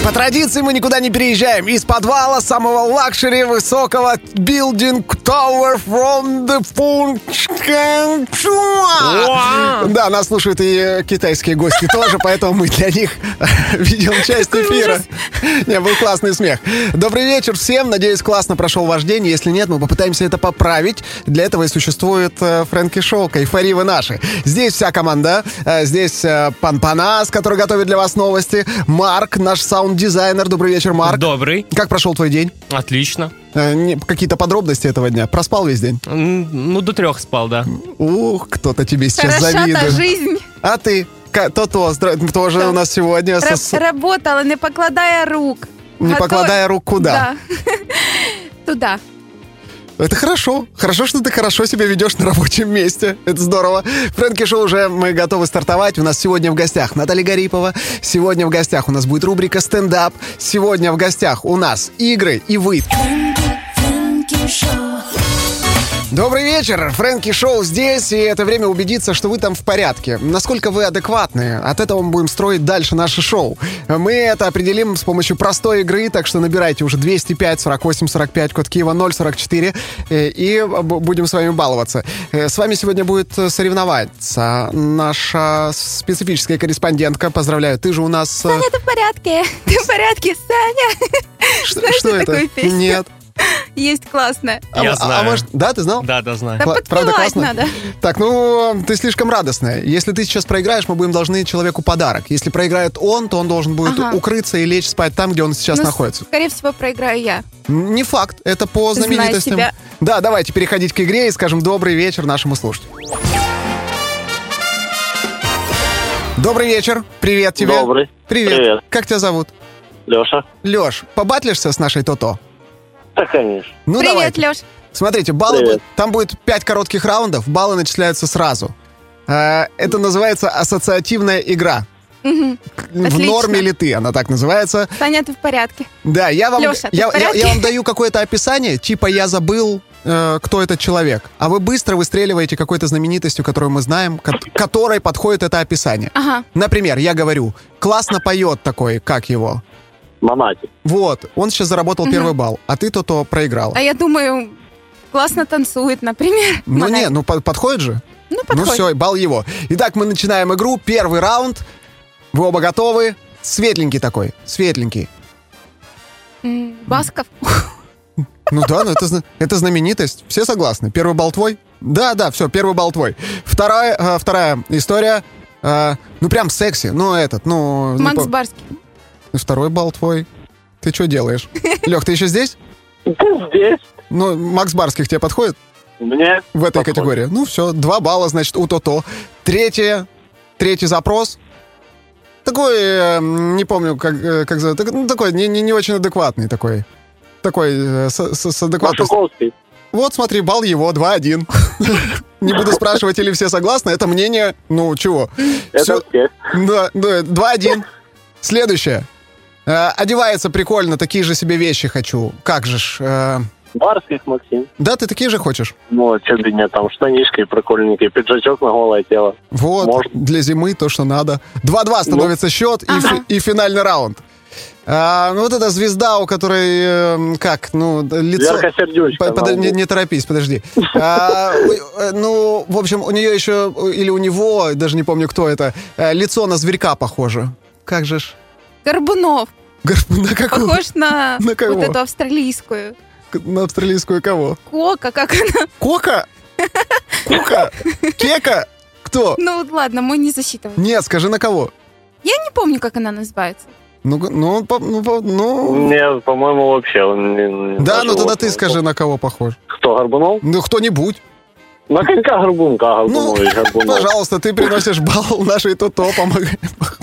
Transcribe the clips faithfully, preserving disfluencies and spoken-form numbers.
По традиции мы никуда не переезжаем. Из подвала самого лакшери высокого building tower from the function. Да, нас слушают и китайские гости тоже, поэтому мы для них ведем часть эфира. Не, был классный смех. Добрый вечер всем. Надеюсь, классно прошел ваш день. Если нет, мы попытаемся это поправить. Для этого и существует Фрэнки Шоу. Кайфари вы наши. Здесь вся команда. Здесь пан Панас, который готовит для вас новости. Марк, наш саунд-дизайнер. Добрый вечер, Марк. Добрый. Как прошел твой день? Отлично. Э, какие-то подробности этого дня? Проспал весь день? Ну, до трех спал, да. Ух, кто-то тебе сейчас Хороша завидует. та жизнь. А ты? То-то, тоже у нас сегодня... Р- со... Работала, не покладая рук. Не Готов... покладая рук куда? Да. Туда. Это хорошо. Хорошо, что ты хорошо себя ведешь на рабочем месте. Это здорово. Фрэнки Шоу уже мы готовы стартовать. У нас сегодня в гостях Наталья Гарипова. Сегодня в гостях у нас будет рубрика «Стендап». Сегодня в гостях у нас игры и вы. Добрый вечер, Фрэнки Шоу здесь, и это время убедиться, что вы там в порядке. Насколько вы адекватны, от этого мы будем строить дальше наше шоу. Мы это определим с помощью простой игры, так что набирайте уже двести пять сорок восемь сорок пять, код Киева ноль сорок четыре, и будем с вами баловаться. С вами сегодня будет соревноваться наша специфическая корреспондентка. Поздравляю, ты же у нас... Саня, ты в порядке? Ты в порядке, Саня? Что, Знаешь, что это? такую песню? Нет. Есть классная. Я а, знаю. А, может, да, ты знал? Да, да, знаю. Да Кла- подпевать правда классно? надо. Так, ну, ты слишком радостная. Если ты сейчас проиграешь, мы будем должны человеку подарок. Если проиграет он, то он должен будет Ага. укрыться и лечь спать там, где он сейчас Ну, находится. скорее всего, проиграю я. Не факт, это по Знаю знаменитостям. себя. Да, давайте переходить к игре и скажем добрый вечер нашему слушателю. Добрый вечер, привет тебе. Добрый. Привет. Привет. Как тебя зовут? Леша. Леш, побатлишься с нашей То-То? Да, конечно. Ну, Привет, давайте. Леш. Смотрите, баллы Привет. будет, там будет пять коротких раундов, баллы начисляются сразу. Э, Это называется ассоциативная игра. В Отлично. норме ли ты? Она так называется. Саня, ты в порядке? Да, я вам, Лёша, ты я, в я- порядке? я вам даю какое-то описание, типа я забыл, э, кто этот человек. А вы быстро выстреливаете какой-то знаменитостью, которую мы знаем, ко- которой подходит это описание. Ага. Например, я говорю, классно поет такой, как его. Монатик. Вот, он сейчас заработал первый балл, а ты то-то проиграл. А я думаю, классно танцует, например. Ну Монатик. не, ну по- подходит же. Ну, Ну подходит. все, балл его. Итак, мы начинаем игру. Первый раунд. Вы оба готовы? Светленький такой, светленький. М, Басков. Ну да, ну это, зна- это знаменитость. Все согласны? Первый балл твой? Да, да, все, первый балл твой. Вторая, э, вторая история. э, ну прям секси. Ну этот, ну... не Макс по- Барский. Второй балл твой. Ты что делаешь? Лех, ты еще здесь? Ты здесь? Ну, Макс Барских тебе подходит Мне в этой подходит. категории? Ну все, два балла, значит, у То-То. Третье, третий запрос. Такой, э, не помню, как, э, как зовут. Так- Ну, такой, не, не, не очень адекватный такой. Такой, э, с, с- с адекватностью. Машуковский. Вот, смотри, балл его, два один. Не буду спрашивать, или все согласны. Это мнение, ну, чего? Это Всё- все. Да, да, два один. Следующее. Э, Одевается прикольно, такие же себе вещи хочу. Как же ж... э, Барских Максим. Да, ты такие же хочешь? Ну, что бы не там, штанишки прикольненькие, пиджачок на голое тело. Вот, Может. для зимы то, что надо. два-два становится счет, и, Ага. фи- и финальный раунд. А, ну, вот эта звезда, у которой, э, как, ну, лицо... Верка Сердючка. По- подо- на не, лбу. не торопись, подожди. А, у- э, ну, в общем, у нее еще, или у него, даже не помню, кто это, э, лицо на зверька похоже. Как же ж? Горбунов. Горб- На какую? Похож на, На кого? вот эту австралийскую. К- На австралийскую кого? Кока, как она. Кока? Кука? Кека? Кто? Ну вот ладно, мы не засчитываем. Нет, скажи на кого? Я не помню, как она называется. Ну, г- ну, по- ну, по- ну... Мне, по-моему, вообще он не, не Да, даже ну тогда вот, ты скажи, на кого похож. Кто, Горбунов? Ну, кто-нибудь. На конька Горбунка, Ну, Горбунович, Горбунов. пожалуйста, ты приносишь балл нашей То-То, помогай.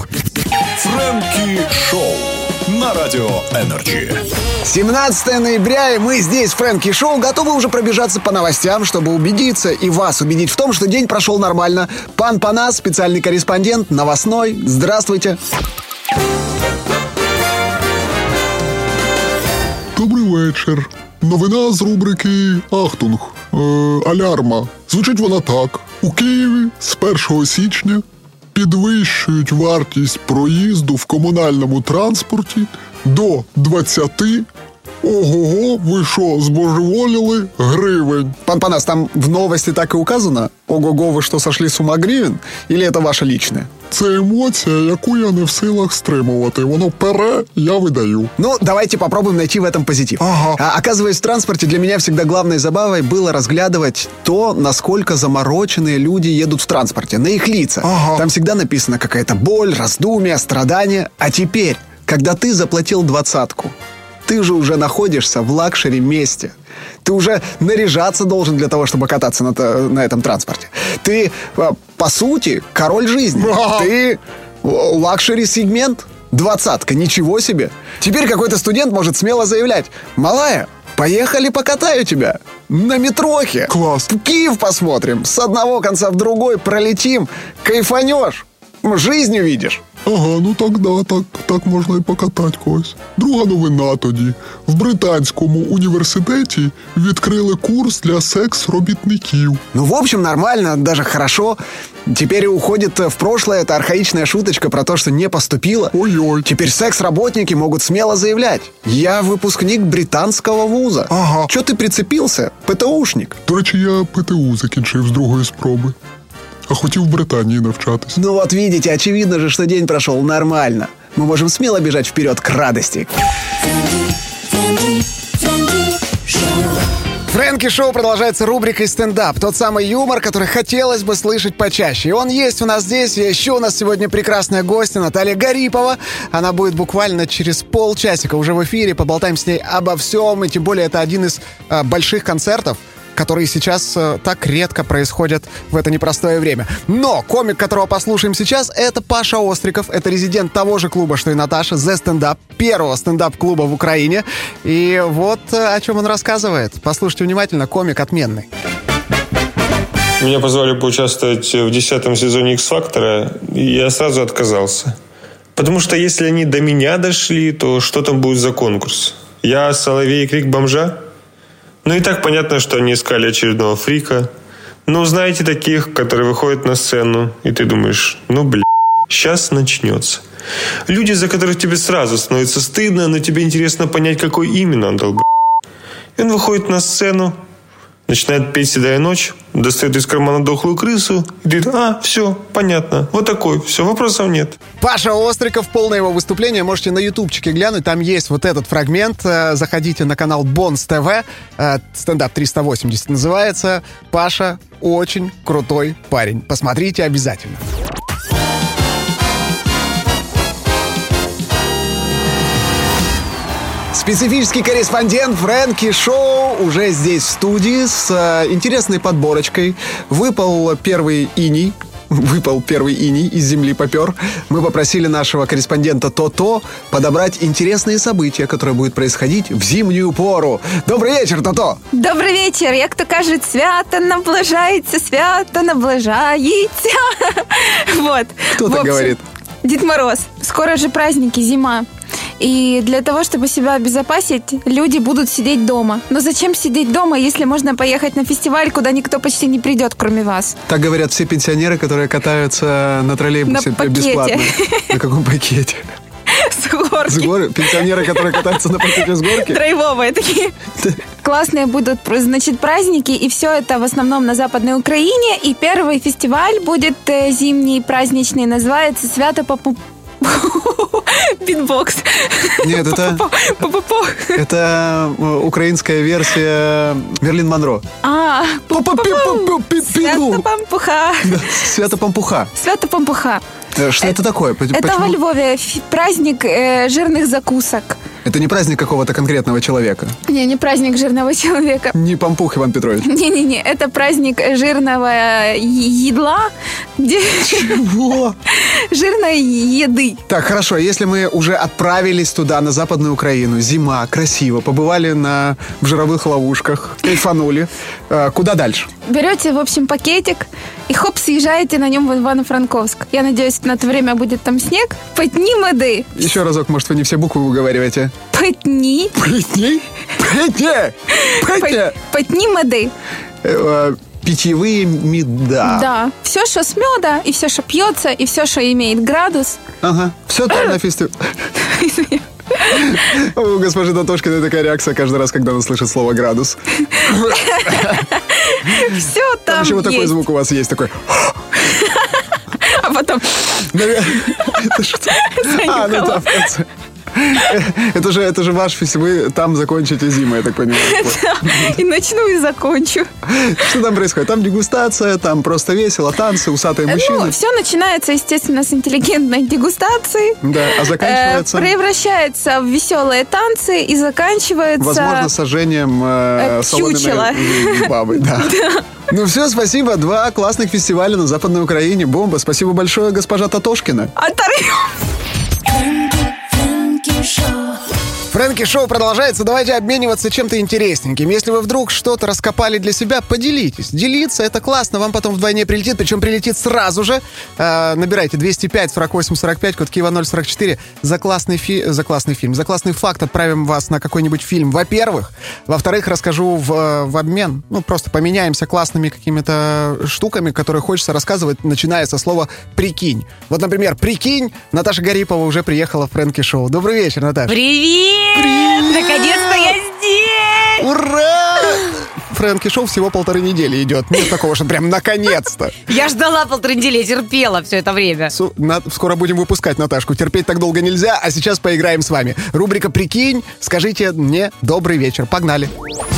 Фрэнки Шоу на Радио Энерджи. семнадцатое ноября, и мы здесь, Фрэнки Шоу, готовы уже пробежаться по новостям, чтобы убедиться и вас убедить в том, что день прошел нормально. Пан Панас, специальный корреспондент, новостной. Здравствуйте. Добрий вечір. Новина з рубрики «Ахтунг». Е, алярма. Звучить вона так. У Києві з першого січня підвищують вартість проїзду в комунальному транспорті до двадцяти, ого-го, ви що, збожеволіли, гривень. Пан Панас, там в новости так и указано? Ого-го, вы что, сошли с ума гривен? Или это ваше личное? Це емоція, яку я не в силах стримувати. Воно пере, я видаю. Ну, давайте попробуем найти в этом позитив. Ага. А, оказывается, в транспорте для меня всегда главной забавой было разглядывать то, насколько замороченные люди едут в транспорте, на их лица. Ага. Там всегда написана какая-то боль, раздумья, страдания. А теперь, когда ты заплатил двадцатку, ты же уже находишься в лакшери месте. Ты уже наряжаться должен для того, чтобы кататься на, на этом транспорте. Ты, по сути, король жизни. Ага. Ты лакшери-сегмент. Двадцатка, ничего себе. Теперь какой-то студент может смело заявлять: «Малая, поехали покатаю тебя на метрохе. Класс. В Киев посмотрим. С одного конца в другой пролетим. Кайфанешь. Жизнь увидишь». Ага, ну так да, так, так можна і покатати когось. Друга новина тоді. В британському університеті відкрили курс для секс-робітників. Ну, в общем, нормально, даже хорошо. Теперь уходит в прошлое эта архаичная шуточка про то, что не поступило. Ой-ой. Теперь секс-работники могут смело заявлять: «Я выпускник британского вуза». Ага. Чё ты прицепился, ПТУшник? До речі, я ПТУ закінчив з другої спроби. А хотів в Британії навчатись. Ну вот видите, очевидно же, что день прошел нормально. Мы можем смело бежать вперед к радости. Фрэнки Шоу продолжается рубрикой «Стендап». Тот самый юмор, который хотелось бы слышать почаще. И он есть у нас здесь. И еще у нас сегодня прекрасная гостья Наталья Гарипова. Она будет буквально через полчасика уже в эфире. Поболтаем с ней обо всем. И тем более это один из а, больших концертов, которые сейчас э, так редко происходят в это непростое время. Но комик, которого послушаем сейчас, это Паша Остриков. Это резидент того же клуба, что и Наташа, The Stand Up, первого стендап-клуба в Украине. И вот э, о чем он рассказывает. Послушайте внимательно, комик отменный. Меня позвали поучаствовать в десятом сезоне X-Factor, и я сразу отказался. Потому что если они до меня дошли, то что там будет за конкурс? Я соловей и крик бомжа? Ну и так понятно, что они искали очередного фрика. Ну, знаете таких, которые выходят на сцену, и ты думаешь: ну, бля, сейчас начнется. Люди, за которых тебе сразу становится стыдно, но тебе интересно понять, какой именно он долб***. И он выходит на сцену, начинает петь «Седая ночь», достает из кармана дохлую крысу и говорит: а, все, понятно, вот такой, все, вопросов нет. Паша Остриков, полное его выступление можете на ютубчике глянуть, там есть вот этот фрагмент. Заходите на канал Бонс ТВ, стендап триста восемьдесят называется. Паша очень крутой парень, посмотрите обязательно. Специфический корреспондент Фрэнки Шоу уже здесь в студии с э, интересной подборочкой. Выпал первый иней. Выпал первый иней, из земли попер. Мы попросили нашего корреспондента То-То подобрать интересные события, которые будут происходить в зимнюю пору. Добрый вечер, То-То! Добрий вечір. Як то кажуть, свято наближається, свято наближається. Вот. Кто В так общем, говорит? Дед Мороз. Скоро же праздники, зима. И для того, чтобы себя обезопасить, люди будут сидеть дома. Но зачем сидеть дома, если можно поехать на фестиваль, куда никто почти не придет, кроме вас? Так говорят все пенсионеры, которые катаются на троллейбусе На пакете. бесплатно. На каком пакете? С горки. С горы? Пенсионеры, которые катаются на пакете с горки? Драйвовые такие. Классные будут, значит, праздники, и все это в основном на Западной Украине. И первый фестиваль будет э, зимний, праздничный, называется «Свято Попу». Битбокс. Нет, это... Это украинская версия Мерлин Монро. А, Свято Пампуха. Свято Пампуха. Свято Пампуха. Что это такое? Это во Львове ф- праздник э, жирных закусок. Это не праздник какого-то конкретного человека. Не, не праздник жирного человека. Не Пампух Иван Петрович. Не-не-не, это праздник жирного е- едла, где... Чего? Жирной еды. Так, хорошо, если мы уже отправились туда, на Западную Украину, зима, красиво, побывали на, в жировых ловушках, кайфанули, э, куда дальше? Берете, в общем, пакетик и хоп, съезжаете на нем в Ивано-Франковск. Я надеюсь, на это время будет там снег. Пытни моды. Еще разок, может, вы не все буквы выговариваете. Пытни. Пытни? Пытни? Пытни? Пытни моды. Э, питьевые меда. Да. Все, что с меда, и все, что пьется, и все, что имеет градус. Ага. Все там на фестивале. У госпожи Татошкиной такая реакция каждый раз, когда она слышит слово «градус». Все там Там еще вот такой есть. звук у вас есть, такой... А потом... Это что? А, ну да, в конце. Это же, это же ваш фестиваль, вы там закончите зиму, я так понимаю. И начну, и закончу. Что там происходит? Там дегустация, там просто весело, танцы, усатые мужчины. Ну, все начинается, естественно, с интеллигентной дегустации. Да, а заканчивается... Э, превращается в веселые танцы и заканчивается... Возможно, сожжением э, чучела. соломенной бабы. Да. Ну все, спасибо. Два классных фестиваля на Западной Украине. Бомба. Спасибо большое, госпожа Татошкина. Оторвем. Фрэнки Шоу продолжается. Давайте обмениваться чем-то интересненьким. Если вы вдруг что-то раскопали для себя, поделитесь. Делиться — это классно. Вам потом вдвойне прилетит, причем прилетит сразу же. Э, набирайте двести пять сорок восемь сорок пять, код Киева ноль сорок четыре. За классный, фи... за классный фильм. За классный факт отправим вас на какой-нибудь фильм, во-первых. Во-вторых, расскажу в, в обмен. Ну, просто поменяемся классными какими-то штуками, которые хочется рассказывать, начиная со слова «прикинь». Вот, например, «прикинь», Наташа Гарипова уже приехала в Фрэнки Шоу. Добрый вечер, Наташа. Привет! Привет! Наконец-то я здесь! Ура! Фрэнки Шоу всего полторы недели идет. Нет такого, что прям наконец-то. Я ждала полторы недели, я терпела все это время. Су- на- скоро будем выпускать Наташку. Терпеть так долго нельзя, а сейчас поиграем с вами. Рубрика «Прикинь». Скажите мне добрый вечер. Погнали.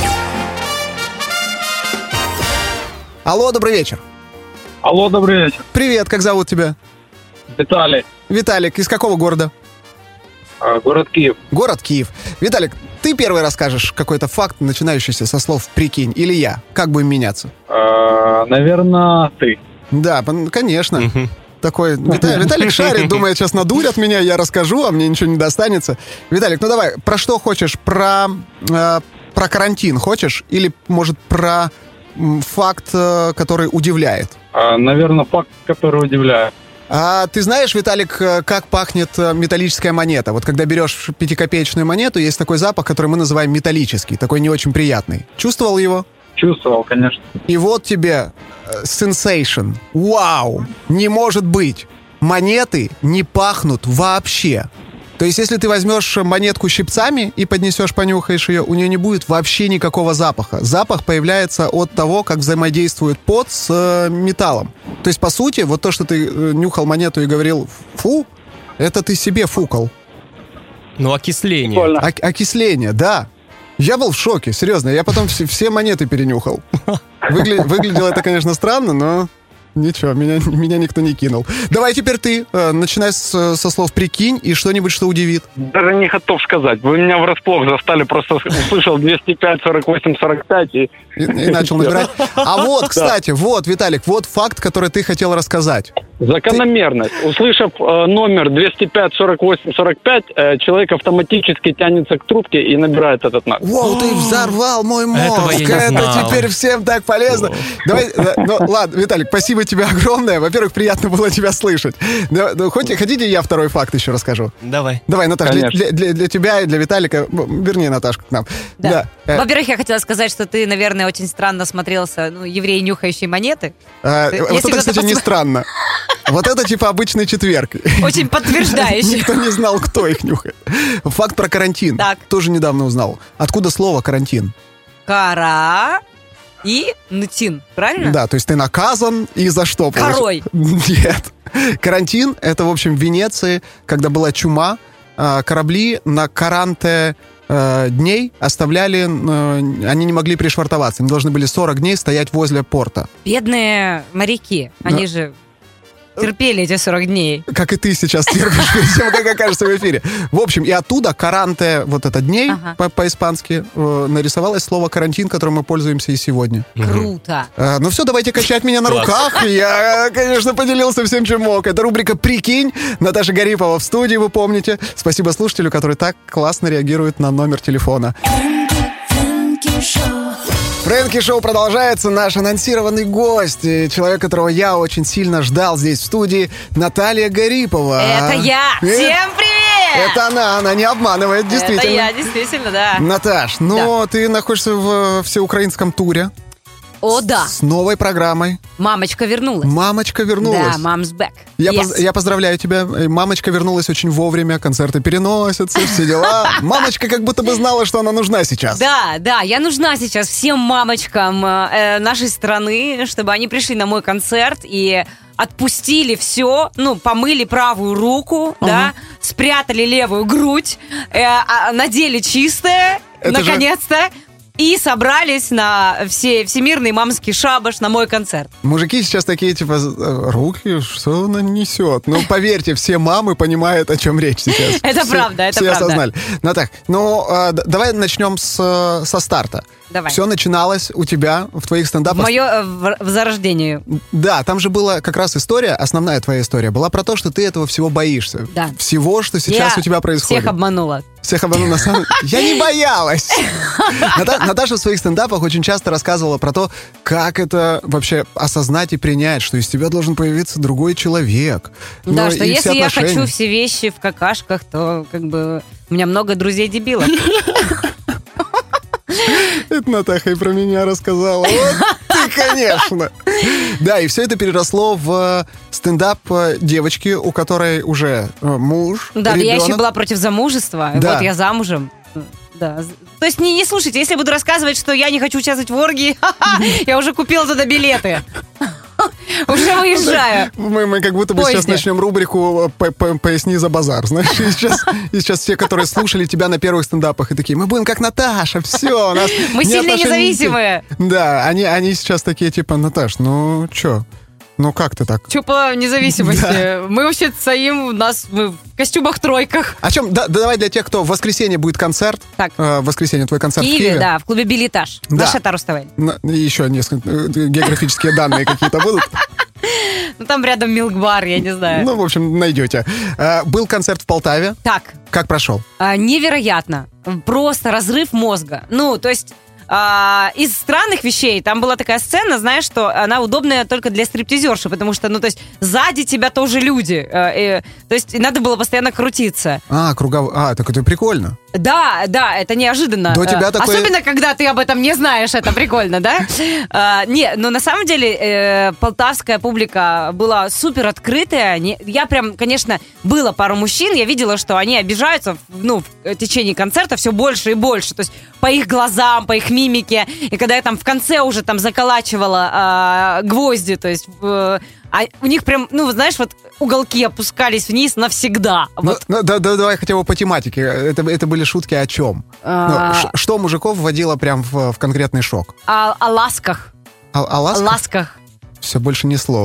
Алло, добрый вечер. Алло, добрый вечер. Привет, как зовут тебя? Виталий. Виталик, из какого города? А, город Киев. Город Киев. Виталик, ты первый расскажешь какой-то факт, начинающийся со слов «прикинь», или я? Как будем меняться? А, наверное, ты. Да, пон- конечно. Такой, Вита- Виталик шарит, думает, сейчас надурят меня, я расскажу, а мне ничего не достанется. Виталик, ну давай, про что хочешь? Про, э, про карантин хочешь? Или, может, про м, факт, э, который удивляет? А, наверное, факт, который удивляет. А ты знаешь, Виталик, э, как пахнет э, металлическая монета? Вот когда берешь пятикопеечную монету, есть такой запах, который мы называем металлический, такой не очень приятный. Чувствовал его? Чувствовал, конечно. И вот тебе э, sensation. Вау! Не может быть! Монеты не пахнут вообще. То есть, если ты возьмешь монетку щипцами и поднесешь, понюхаешь ее, у нее не будет вообще никакого запаха. Запах появляется от того, как взаимодействует пот с э, металлом. То есть, по сути, вот то, что ты э, нюхал монету и говорил «фу», это ты себе фукал. Ну, окисление. Прикольно. О- окисление, да. Я был в шоке, серьезно. Я потом все, все монеты перенюхал. Выгля- выглядело это, конечно, странно, но ничего, меня, меня никто не кинул. Давай теперь ты, э, начинай с- со слов «прикинь» и что-нибудь, что удивит. Даже не готов сказать. Вы меня врасплох застали, просто услышал двести пять сорок восемь сорок пять и... И, и начал набирать. А вот, кстати, вот, Виталик, вот факт, который ты хотел рассказать. Закономерность. Услышав э, номер двести пять сорок восемь сорок пять, э, человек автоматически тянется к трубке и набирает этот номер. Вау, ты взорвал мой мозг. Этого я не Это знал. теперь всем так полезно. Давай, э, ну, ладно, Виталик, спасибо тебе огромное. Во-первых, приятно было тебя слышать. Да, ну, хоть, хотите, я второй факт еще расскажу? Давай. Давай, Наташа, для, Конечно. для- для- для тебя и для Виталика, м, вернее, Наташка к нам. Да. Э, Во-первых, я хотела сказать, что ты, наверное, очень странно смотрелся, ну, еврей, нюхающий монеты. э, Если вот это, кто-то кстати, не посмотр- странно. Вот это типа обычный четверг. Очень подтверждающий. Никто не знал, кто их нюхает. Факт про карантин. Так. Тоже недавно узнал. Откуда слово «карантин»? Кара и нтин, правильно? Да, то есть ты наказан и за что? получ- Корой. Нет. Карантин — это, в общем, в Венеции, когда была чума, э, корабли на каранте э, дней оставляли, э, они не могли пришвартоваться. Они должны были сорок дней стоять возле порта. Бедные моряки, они же терпели эти сорок дней. Как и ты сейчас терпишь перед тем, как окажешься в эфире. В общем, и оттуда каранте, вот это дней Ага. по- по-испански, э, нарисовалось слово «карантин», которым мы пользуемся и сегодня. Круто. Э, ну все, давайте качать меня на Класс. руках. Я, конечно, поделился всем, чем мог. Это рубрика «Прикинь». Наташа Гарипова в студии, вы помните. Спасибо слушателю, который так классно реагирует на номер телефона. Фрэнки Шоу продолжается. Наш анонсированный гость, и человек, которого я очень сильно ждал здесь в студии, Наталья Гарипова. Это я. Э, Всем привет! Это она, она не обманывает, действительно. Это я, действительно, да. Наташ, ну ты находишься в всеукраинском туре. О, да. С новой программой. Мамочка вернулась. Мамочка вернулась. Да, mom's back. Я, Yes. поз- я поздравляю тебя. Мамочка вернулась очень вовремя, концерты переносятся, все дела. Мамочка как будто бы знала, что она нужна сейчас. Да, да, я нужна сейчас всем мамочкам э, нашей страны, чтобы они пришли на мой концерт и отпустили все, ну, помыли правую руку, uh-huh. да, спрятали левую грудь, э, а, надели чистое, Это наконец-то, же... и собрались на все, всемирный мамский шабаш на мой концерт. Мужики сейчас такие, типа, руки, что она несет? Ну, поверьте, все мамы понимают, о чем речь сейчас. Это все, правда, это все правда. осознали. Ну так, ну, э, давай начнем с, со старта. Давай. Все начиналось у тебя в твоих стендапах. Мое э, в, в зарождении. Да, там же была как раз история, основная твоя история, была про то, что ты этого всего боишься. Да. Всего, что сейчас я у тебя происходит. всех обманула. Всех обманула. На самом... Я не боялась. Наташа в своих стендапах очень часто рассказывала про то, как это вообще осознать и принять, что из тебя должен появиться другой человек. Да, ну, что если я хочу все вещи в какашках, то как бы у меня много друзей-дебилов. Это Натаха и про меня рассказала. Вот ты, конечно. Да, и все это переросло в стендап девочки, у которой уже муж, Да, ребенок. я еще была против замужества. Да. Вот я замужем. Да. То есть не, не слушайте, если я буду рассказывать, что я не хочу участвовать в оргии, я уже купила туда билеты. Уже выезжаю. Мы, мы как будто бы сейчас начнем рубрику «Поясни за базар». Знаешь, и сейчас, и сейчас все, которые слушали тебя на первых стендапах, и такие, мы будем как Наташа, все, у нас мы сильные независимые. Да, они, они сейчас такие, типа, Наташ, ну, чё? Ну, как ты так? Че по независимости? Да. Мы вообще стоим, у нас мы в костюмах-тройках. О чем? Да, давай для тех, кто в воскресенье будет концерт. Так. Э, в воскресенье твой концерт в Киеве, в Киеве. Да, в клубе «Билетаж». Да. Наша Таруставель. И еще несколько географические данные какие-то будут. Ну, там рядом милк-бар, я не знаю. Ну, в общем, найдете. Был концерт в Полтаве. Так. Как прошел? Невероятно. Просто разрыв мозга. Ну, то есть... А, из странных вещей, там была такая сцена, знаешь, что она удобная только для стриптизерши, потому что, ну, то есть, сзади тебя тоже люди. Э, э, то есть, надо было постоянно крутиться. А, кругов... А, так это прикольно. Да, да, это неожиданно. До тебя такое... Особенно, когда ты об этом не знаешь, это прикольно, да? А, не, но на самом деле э, полтавская публика была супер открытая. Не, я прям, конечно, было пару мужчин, я видела, что они обижаются, ну, в течение концерта все больше и больше. То есть, по их глазам, по их мимике. И когда я там в конце уже там заколачивала э, гвозди, то есть... Э, а у них прям, ну, знаешь, вот уголки опускались вниз навсегда. Ну, вот. ну, да, да, давай хотя бы по тематике. Это, это были шутки о чем? А... Ну, ш, что мужиков вводило прям в, в конкретный шок? О, о ласках. О, о ласках? О ласках. Все, больше ни слова.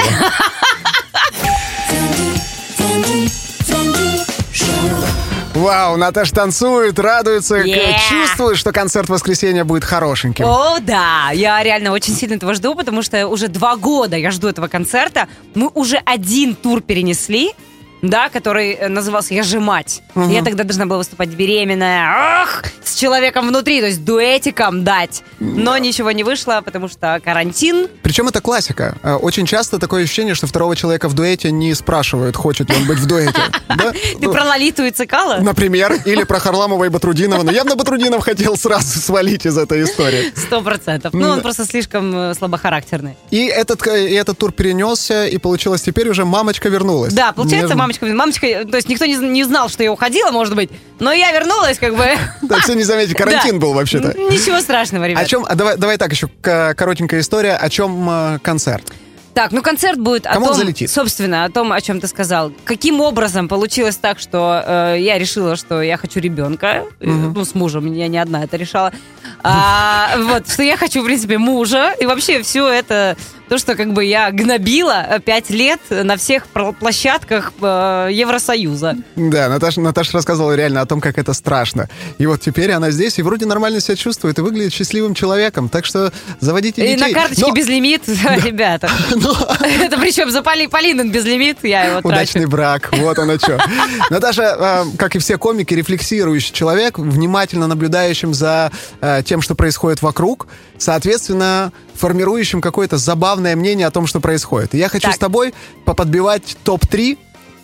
Вау, Наташа танцует, радуется, yeah. чувствует, что концерт в воскресенье будет хорошеньким. О, да, я реально очень сильно этого жду, потому что уже два года я жду этого концерта. Мы уже один тур перенесли, да, который назывался «Я же мать». Угу. Я тогда должна была выступать беременная, ах, с человеком внутри, то есть дуэтиком дать. Но да. ничего не вышло, потому что карантин. Причем это классика. Очень часто такое ощущение, что второго человека в дуэте не спрашивают, хочет ли он быть в дуэте. Ты про Лолиту и Цикало? Например, или про Харламова и Батрудинова. Но я бы на Батрудинов хотел сразу свалить из этой истории. Сто процентов. Ну, он просто слишком слабохарактерный. И этот, и этот тур перенесся, и получилось теперь уже мамочка вернулась. Да, получается, мамочка Мамочка, то есть никто не, не знал, что я уходила, может быть, но я вернулась, как бы. Да, все не заметили, карантин был вообще-то. Ничего страшного, ребят. О чем, давай, давай так еще коротенькая история, о чем концерт? Так, ну концерт будет Кому о том, залетит? собственно, о том, о чем ты сказал. Каким образом получилось так, что э, я решила, что я хочу ребенка, угу. ну, с мужем, я не одна это решала, а, вот, что я хочу, в принципе, мужа, и вообще все это, то, что как бы я гнобила пять лет на всех площадках э, Евросоюза. Да, Наташа, Наташа рассказывала реально о том, как это страшно. И вот теперь она здесь и вроде нормально себя чувствует, и выглядит счастливым человеком, так что заводите детей. И на карточке Но... безлимит, ребята. Это причем за Поли, Полинин безлимит, я его трачу. Удачный брак, вот оно что. Наташа, как и все комики, рефлексирующий человек, внимательно наблюдающим за тем, что происходит вокруг, соответственно, формирующим какое-то забавное мнение о том, что происходит. И я хочу так. с тобой поподбивать топ три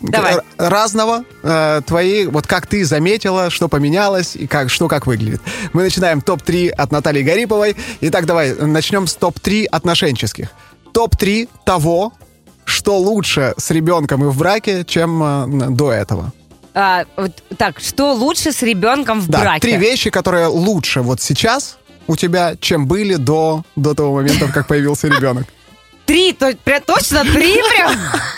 Давай. разного. Э, твои, вот как ты заметила, что поменялось и как, что как выглядит. Мы начинаем топ три от Натальи Гариповой. Итак, давай начнем с топ три отношенческих. топ три того, что лучше с ребенком и в браке, чем э, до этого. А, вот, так, что лучше с ребенком в Да, браке? три вещи, которые лучше вот сейчас у тебя, чем были до, до того момента, как появился ребенок. Три, то, прям, точно три прям?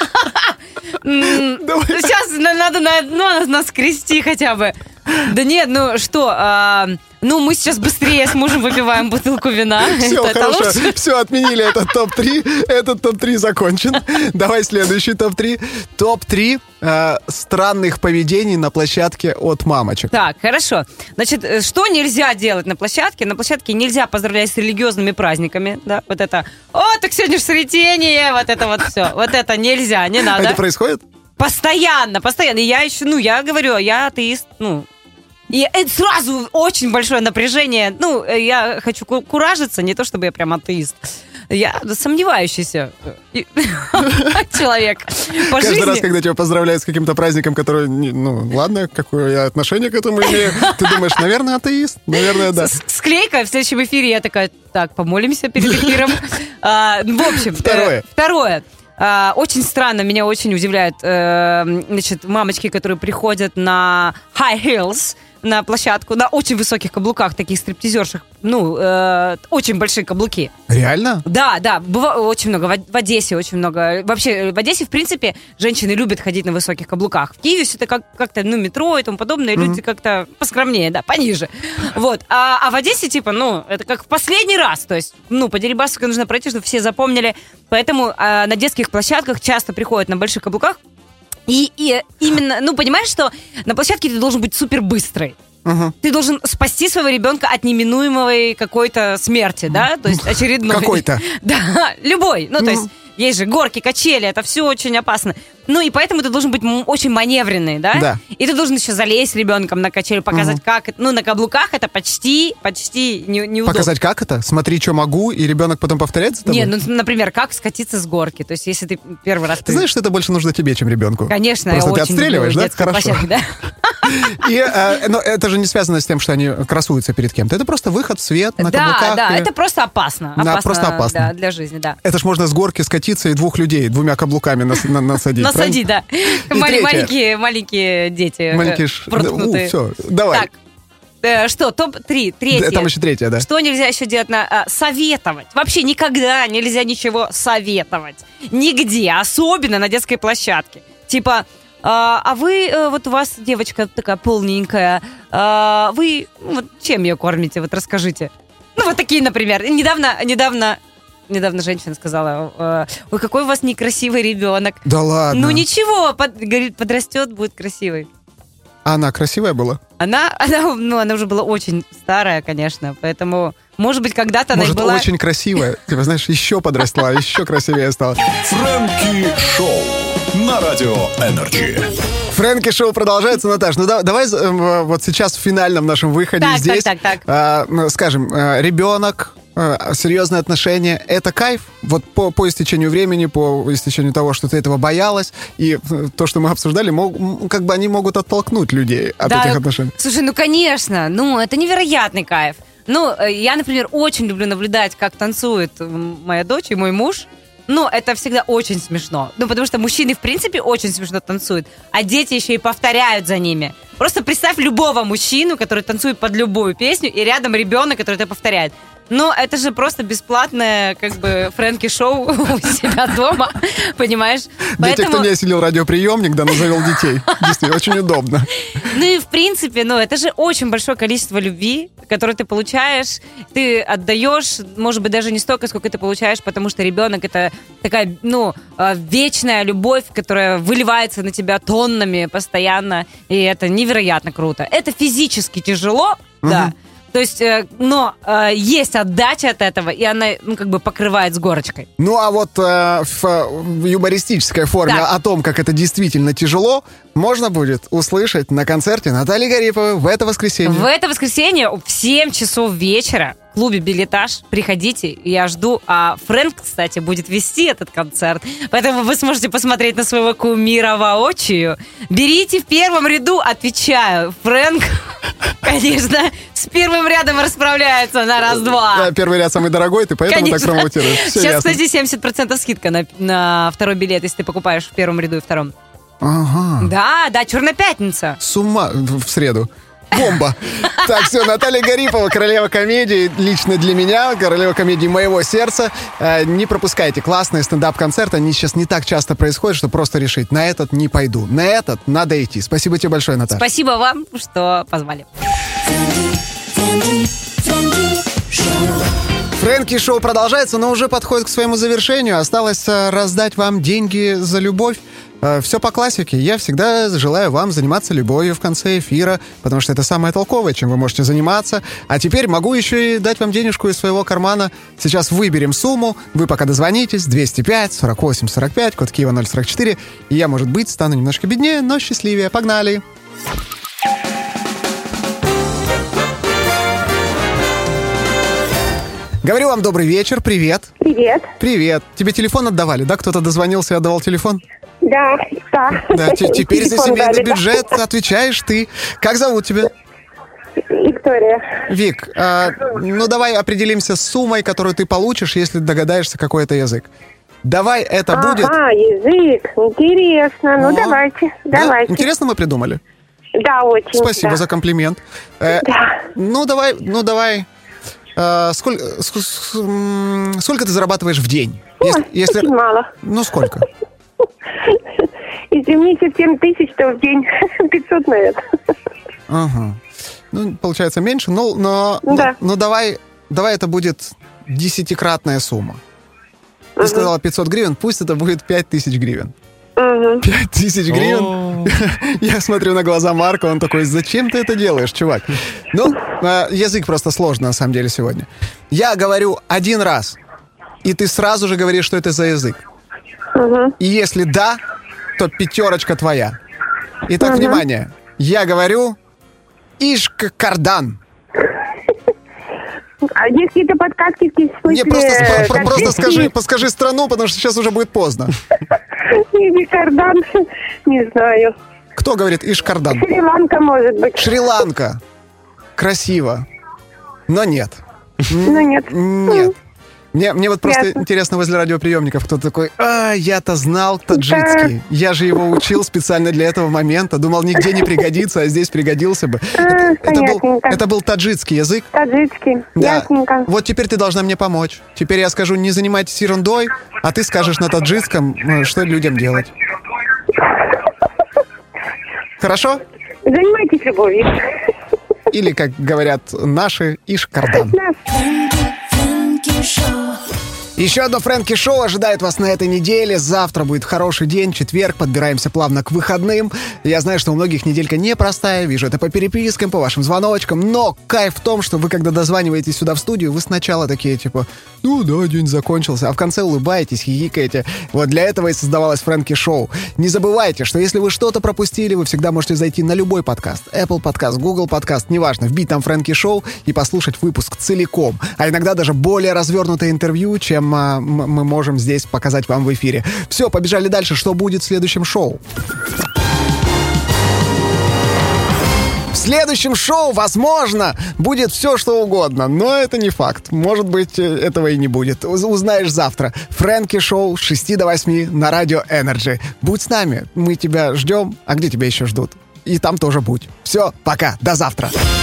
Сейчас надо на одно нас скрести хотя бы. Да нет, ну что, а, ну мы сейчас быстрее с мужем выпиваем бутылку вина. Все, это, хорошо, это лучше? все, отменили этот топ три. Этот топ три закончен. Давай следующий топ три. топ три э, странных поведений на площадке от мамочек. Так, хорошо. Значит, что нельзя делать на площадке? На площадке нельзя поздравлять с религиозными праздниками, да, вот это, о, так сегодня же Сретение, вот это вот все, вот это нельзя, не надо. А это происходит? Постоянно, постоянно. И я еще, ну, я говорю, я атеист, ну, и это сразу очень большое напряжение. Ну, я хочу ку- куражиться, не то чтобы я прям атеист. Я сомневающийся человек по жизни. Каждый раз, когда тебя поздравляют с каким-то праздником, который, ну, ладно, какое я отношение к этому имею, ты думаешь, наверное, атеист? Наверное, да. Склейка в следующем эфире, я такая, так, помолимся перед эфиром. А, в общем. Второе. Э, второе. А, очень странно, меня очень удивляют, э, значит, мамочки, которые приходят на high heels, на площадку, на очень высоких каблуках, таких стриптизерших, ну, э, очень большие каблуки. Реально? Да, да, быва, очень много, в, в Одессе очень много. Вообще, в Одессе, в принципе, женщины любят ходить на высоких каблуках. В Киеве все это как- как-то, ну, метро и тому подобное, mm-hmm. люди как-то поскромнее, да, пониже. Вот, а, а в Одессе, типа, ну, это как в последний раз, то есть, ну, по Дерибасовской нужно пройти, чтобы все запомнили, поэтому а, на детских площадках часто приходят на больших каблуках. И, и именно, ну, понимаешь, что на площадке ты должен быть супер быстрый. Uh-huh. Ты должен спасти своего ребенка от неминуемой какой-то смерти, да? То есть очередной. Какой-то. Да, любой. Ну, то есть есть же горки, качели, это все очень опасно. Ну, и поэтому ты должен быть м- очень маневренный, да? Да. И ты должен еще залезть ребенком на качель, показать, uh-huh. как... Ну, на каблуках это почти, почти не, неудобно. Показать, как это? Смотри, что могу, и ребенок потом повторяет за тобой? Не, ну, например, как скатиться с горки. То есть, если ты первый раз... Ты знаешь, что это больше нужно тебе, чем ребенку? Конечно, Просто я ты очень отстреливаешь, люблю да? Хорошо. площадки, да? И, э, но это же не связано с тем, что они красуются перед кем-то. Это просто выход в свет на да, каблуках. Да, да, и... это просто опасно. Да, опасно просто опасно. Да, для жизни, да. Это ж можно с горки скатиться и двух людей двумя каблуками нас, на, насадить. Насадить, да. И Мали- третье. маленькие, маленькие дети. Маленькие э, ш- проткнутые. У, все, давай. Так, э, что, топ три, третье. Там еще третье, да. Что нельзя еще делать? На, а, советовать. Вообще никогда нельзя ничего советовать. Нигде, особенно на детской площадке. Типа... А, а вы, вот у вас девочка такая полненькая, а вы, вот чем ее кормите, вот расскажите. Ну, вот такие, например. Недавно, недавно, недавно женщина сказала, ой, какой у вас некрасивый ребенок. Да ладно. Ну, ничего, под, говорит, подрастет, будет красивый. А она красивая была? Она, она, ну, она уже была очень старая, конечно, поэтому, может быть, когда-то Может, она была... очень красивая. Ты знаешь, еще подросла, еще красивее стала. Фрэнки Шоу на Радио Энерджи. Фрэнки Шоу продолжается, Наташ. Ну да, давай э, вот сейчас в финальном нашем выходе Так, здесь так, так, так. э, скажем, э, ребенок, э, серьезные отношения, это кайф? Вот по, по истечению времени, по истечению того, что ты этого боялась, и э, то, что мы обсуждали, мог, м, как бы они могут оттолкнуть людей от Да, этих ну, отношений. Слушай, ну, конечно, ну, это невероятный кайф. Ну, э, я, например, очень люблю наблюдать, как танцует м, моя дочь и мой муж. Ну, это всегда очень смешно. Ну, потому что мужчины, в принципе, очень смешно танцуют, а дети еще и повторяют за ними. Просто представь любого мужчину, который танцует под любую песню, и рядом ребенок, который это повторяет. Но это же просто бесплатное, как бы, Фрэнки Шоу у себя дома, понимаешь? Для Поэтому... тех, кто не осилил радиоприемник, да, но завел детей. Действительно, очень удобно. Ну и в принципе, ну это же очень большое количество любви, которое ты получаешь, ты отдаешь, может быть, даже не столько, сколько ты получаешь, потому что ребенок — это такая, ну, вечная любовь, которая выливается на тебя тоннами постоянно, и это невероятно круто. Это физически тяжело, угу. да, То есть, э, но э, есть отдача от этого, и она, ну, как бы покрывает с горочкой. Ну, а вот э, в, в юмористической форме Так. о том, как это действительно тяжело, можно будет услышать на концерте Натальи Гариповой в это воскресенье. В это воскресенье в семь часов вечера в клубе «Билетаж». Приходите, я жду. А Фрэнк, кстати, будет вести этот концерт. Поэтому вы сможете посмотреть на своего кумира воочию. Берите в первом ряду, отвечаю. Фрэнк, конечно, с первым рядом расправляется на раз-два. Да, первый ряд самый дорогой, ты поэтому Конечно. так промоутируешь. Все Сейчас, ясно. кстати, семьдесят процентов скидка на, на второй билет, если ты покупаешь в первом ряду и втором. Ага. Да, да, Черная пятница. С ума в среду. Бомба. Так, все, Наталья Гарипова, королева комедии, лично для меня, королева комедии моего сердца. Э, не пропускайте классные стендап-концерты, они сейчас не так часто происходят, что просто решить, на этот не пойду, на этот надо идти. Спасибо тебе большое, Наташа. Спасибо вам, что позвали. Фрэнки шоу продолжается, но уже подходит к своему завершению. Осталось э, раздать вам деньги за любовь. Э, все по классике. Я всегда желаю вам заниматься любовью в конце эфира, потому что это самое толковое, чем вы можете заниматься. А теперь могу еще и дать вам денежку из своего кармана. Сейчас выберем сумму. Вы пока дозвонитесь. двести пять сорок восемь сорок пять, код Киева ноль сорок четыре. И я, может быть, стану немножко беднее, но счастливее. Погнали! Говорю вам добрый вечер, привет. Привет. Привет. Тебе телефон отдавали, да? Кто-то дозвонился и отдавал телефон? Да, да. Да, т- теперь за Телефон семейный дали, да. бюджет отвечаешь ты. Как зовут тебя? Виктория. Вик, а, ну давай определимся с суммой, которую ты получишь, если догадаешься, какой это язык. Давай это будет... Ага, язык. Интересно. Ну, О. давайте. Да? Давайте. Интересно мы придумали? Да, очень. Спасибо да. за комплимент. Э, Да. Ну давай, ну давай... э, сколько, ск- с- м, сколько ты зарабатываешь в день? Ой, Если- очень мало. Ну сколько? Если в месяц семь тысяч, то в день пятьсот на это. Ага. Ну, получается меньше, но, но, Да. но, но давай, давай это будет десятикратная сумма. Ты Мгм. сказала пятьсот гривен, пусть это будет пять тысяч гривен. Мгм. пять тысяч гривен? Я смотрю на глаза Марка, он такой, зачем ты это делаешь, чувак? Ну, э, язык просто сложно, на самом деле, сегодня. Я говорю один раз, и ты сразу же говоришь, что это за язык. Мгм. И если да, то пятерочка твоя. Итак, Мгм. внимание. Я говорю Ишкардан. А есть какие-то подсказки в смысле? Не, просто, э, про- просто конкретики? скажи, подскажи страну, потому что сейчас уже будет поздно. Ишкардан. Не знаю. Кто говорит Ишкардан? Шри-Ланка, может быть. Шри-Ланка. Красиво. Но нет. Ну, нет. Нет. Мне, мне вот просто Ясно. интересно возле радиоприемников, кто такой, а, я-то знал таджикский. Я же его учил специально для этого момента. Думал, нигде не пригодится, а здесь пригодился бы. А, Это, это был, понятненько. это был таджикский язык. Таджикский. Да. Ясненько. Вот теперь ты должна мне помочь. Теперь я скажу, не занимайтесь ерундой, а ты скажешь на таджикском, э, что людям делать. Хорошо? Занимайтесь любовью. Или, как говорят наши, Ишкардан. Еще одно Фрэнки Шоу ожидает вас на этой неделе. Завтра будет хороший день, четверг, подбираемся плавно к выходным. Я знаю, что у многих неделька непростая, вижу это по перепискам, по вашим звоночкам, но кайф в том, что вы, когда дозваниваетесь сюда в студию, вы сначала такие, типа, ну да, день закончился, а в конце улыбаетесь, хихикаете. Вот для этого и создавалось Фрэнки Шоу. Не забывайте, что если вы что-то пропустили, вы всегда можете зайти на любой подкаст. Apple подкаст, Google подкаст, неважно, вбить там Фрэнки Шоу и послушать выпуск целиком. А иногда даже более развернутое интервью, чем а, м- мы можем здесь показать вам в эфире. Все, побежали дальше. Что будет в следующем шоу? В следующем шоу, возможно, будет все, что угодно, но это не факт. Может быть, э, этого и не будет. Уз- Узнаешь завтра. Фрэнки Шоу с шести до восьми на Радио Энерджи. Будь с нами, мы тебя ждем. А где тебя еще ждут? И там тоже будь. Все, пока, до завтра.